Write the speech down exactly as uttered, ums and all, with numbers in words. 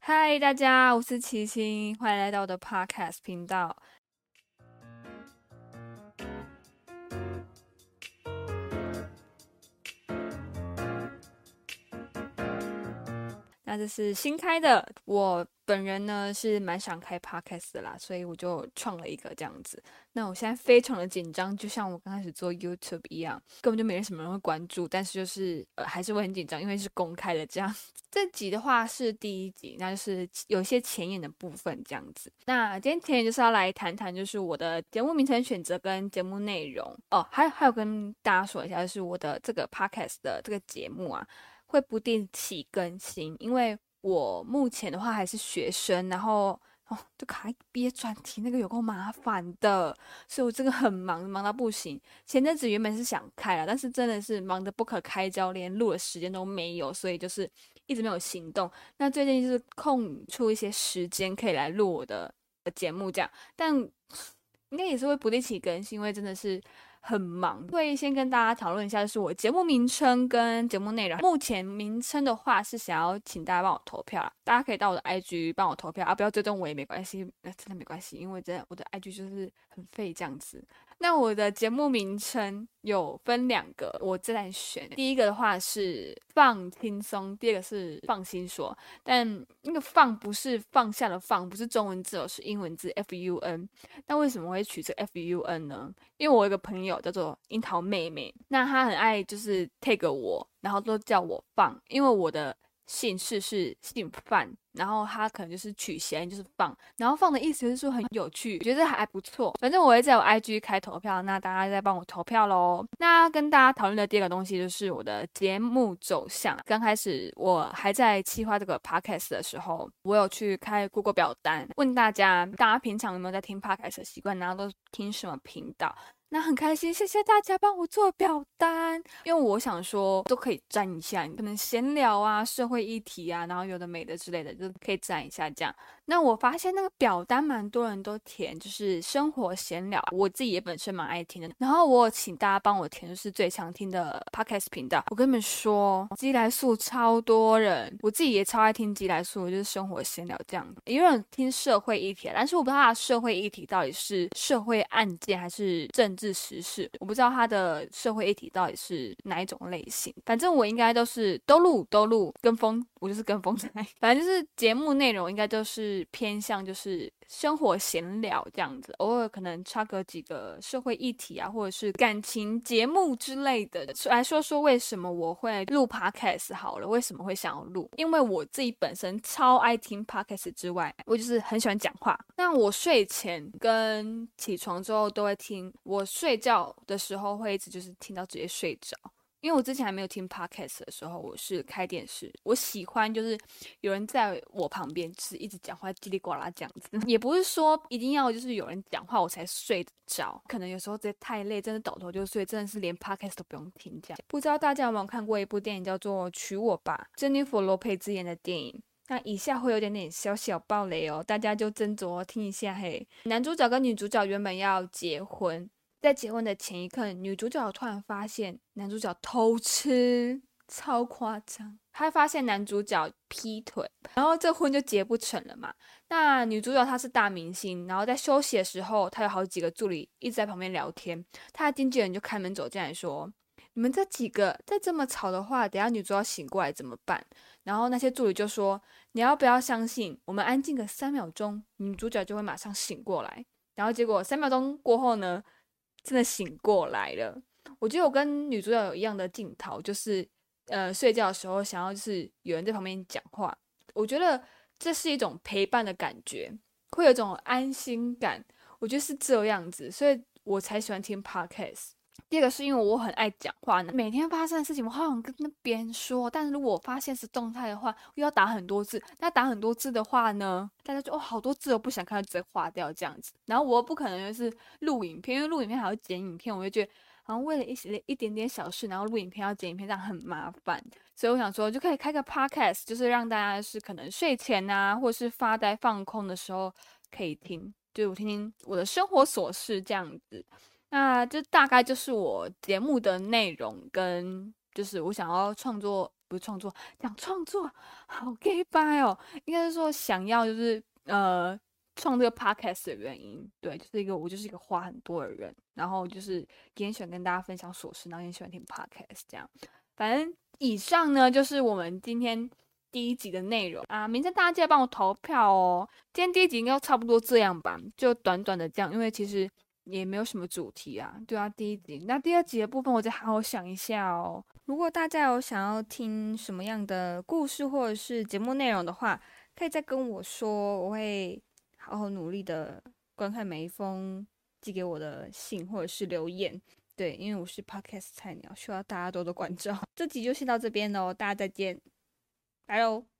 嗨，大家，我是齐星，欢迎来到我的 Podcast 频道。那这是新开的，我本人呢是蛮想开 podcast 的啦，所以我就创了一个这样子。那我现在非常的紧张，就像我刚开始做 YouTube 一样，根本就没什么人会关注，但是就是呃还是会很紧张，因为是公开的这样。这集的话是第一集，那就是有一些前言的部分这样子。那今天前言就是要来谈谈，就是我的节目名称选择跟节目内容哦，还有还有跟大家说一下，就是我的这个 podcast 的这个节目啊。会不定期更新，因为我目前的话还是学生，然后哦，就卡毕业专题那个有够麻烦的，所以我这个很忙，忙到不行。前阵子原本是想开了，但是真的是忙得不可开交，连录的时间都没有，所以就是一直没有行动。那最近就是空出一些时间可以来录我的节目，这样，但应该也是会不定期更新，因为真的是很忙。会先跟大家讨论一下，就是我节目名称跟节目内容。目前名称的话是想要请大家帮我投票啦，大家可以到我的 I G 帮我投票啊，不要追踪我也没关系，那真的没关系，因为真的我的 I G 就是很废这样子。那我的节目名称有分两个，我正在选。第一个的话是放轻松，第二个是放心说。但那个放不是放下的放，不是中文字哦，是英文字 F U N。那为什么会取这 F U N 呢？因为我有一个朋友叫做樱桃妹妹，那她很爱就是 take 我，然后都叫我放，因为我的姓氏是姓范，然后他可能就是取谐音就是放，然后放的意思就是说很有趣，我觉得还不错。反正我会在我 I G 开投票，那大家再帮我投票咯。那跟大家讨论的第二个东西就是我的节目走向。刚开始我还在企划这个 podcast 的时候，我有去开 Google 表单，问大家大家平常有没有在听 podcast 的习惯，然后都听什么频道。那很开心，谢谢大家帮我做表单，因为我想说都可以沾一下，可能闲聊啊、社会议题啊，然后有的没的之类的，就可以沾一下这样。那我发现那个表单蛮多人都填，就是生活闲聊，我自己也本身蛮爱听的。然后我有请大家帮我填，就是最常听的 podcast 频道。我跟你们说，鸡来素超多人，我自己也超爱听鸡来素，就是生活闲聊这样。也有人听社会议题，但是我不知道他的社会议题到底是社会案件还是政治时事，我不知道他的社会议题到底是哪一种类型。反正我应该都是都录都录，跟风我就是跟风仔。反正就是节目内容应该都是偏向就是生活闲聊这样子，偶尔可能插个几个社会议题啊，或者是感情节目之类的。来说说为什么我会录 podcast 好了，为什么会想要录？因为我自己本身超爱听 podcast 之外，我就是很喜欢讲话。那我睡前跟起床之后都会听，我睡觉的时候会一直就是听到直接睡着。因为我之前还没有听 podcast 的时候，我是开电视。我喜欢就是有人在我旁边，就是一直讲话叽里呱啦这样子。也不是说一定要就是有人讲话我才睡得着，可能有时候真的太累，真的倒头就睡，真的是连 podcast 都不用听这样。不知道大家有没有看过一部电影叫做《娶我吧》，珍妮佛罗佩兹演的电影。那以下会有点点小小爆雷哦，大家就斟酌听一下嘿。男主角跟女主角原本要结婚，在结婚的前一刻，女主角突然发现男主角偷吃，超夸张。她发现男主角劈腿，然后这婚就结不成了嘛。那女主角她是大明星，然后在休息的时候，她有好几个助理一直在旁边聊天。她的经纪人就开门走进来说：“你们这几个再这么吵的话，等下女主角醒过来怎么办？”然后那些助理就说：“你要不要相信，我们安静个三秒钟，女主角就会马上醒过来。”然后结果三秒钟过后呢，真的醒过来了。我觉得我跟女主角有一样的镜头，就是呃睡觉的时候想要就是有人在旁边讲话，我觉得这是一种陪伴的感觉，会有一种安心感。我觉得是这样子，所以我才喜欢听 podcast。第二个是因为我很爱讲话，每天发生的事情我好想跟别人说，但是如果我发现实动态的话，又要打很多字。那打很多字的话呢，大家就哦好多字我不想看，就直接划掉这样子。然后我又不可能就是录影片，因为录影片还要剪影片，我就觉得好像为了一些一点点小事，然后录影片要剪影片，这样很麻烦。所以我想说，就可以开个 podcast，就是让大家是可能睡前啊，或是发呆放空的时候可以听，就我听听我的生活琐事这样子。那这大概就是我节目的内容，跟就是我想要创作不是创作，讲创作好 gay 掰哦，应该是说想要就是呃创这个 podcast 的原因，对，就是一个我就是一个话很多的人，然后就是也很喜欢跟大家分享琐事，然后也喜欢听 podcast 这样。反正以上呢就是我们今天第一集的内容啊，明天大家记得帮我投票哦。今天第一集应该差不多这样吧，就短短的这样，因为其实也没有什么主题啊。对啊，第一集，那第二集的部分我再好好想一下哦。如果大家有想要听什么样的故事或者是节目内容的话，可以再跟我说，我会好好努力的观看每一封寄给我的信或者是留言。对，因为我是 podcast 菜鸟，需要大家多多关照。这集就先到这边喽，大家再见，拜喽。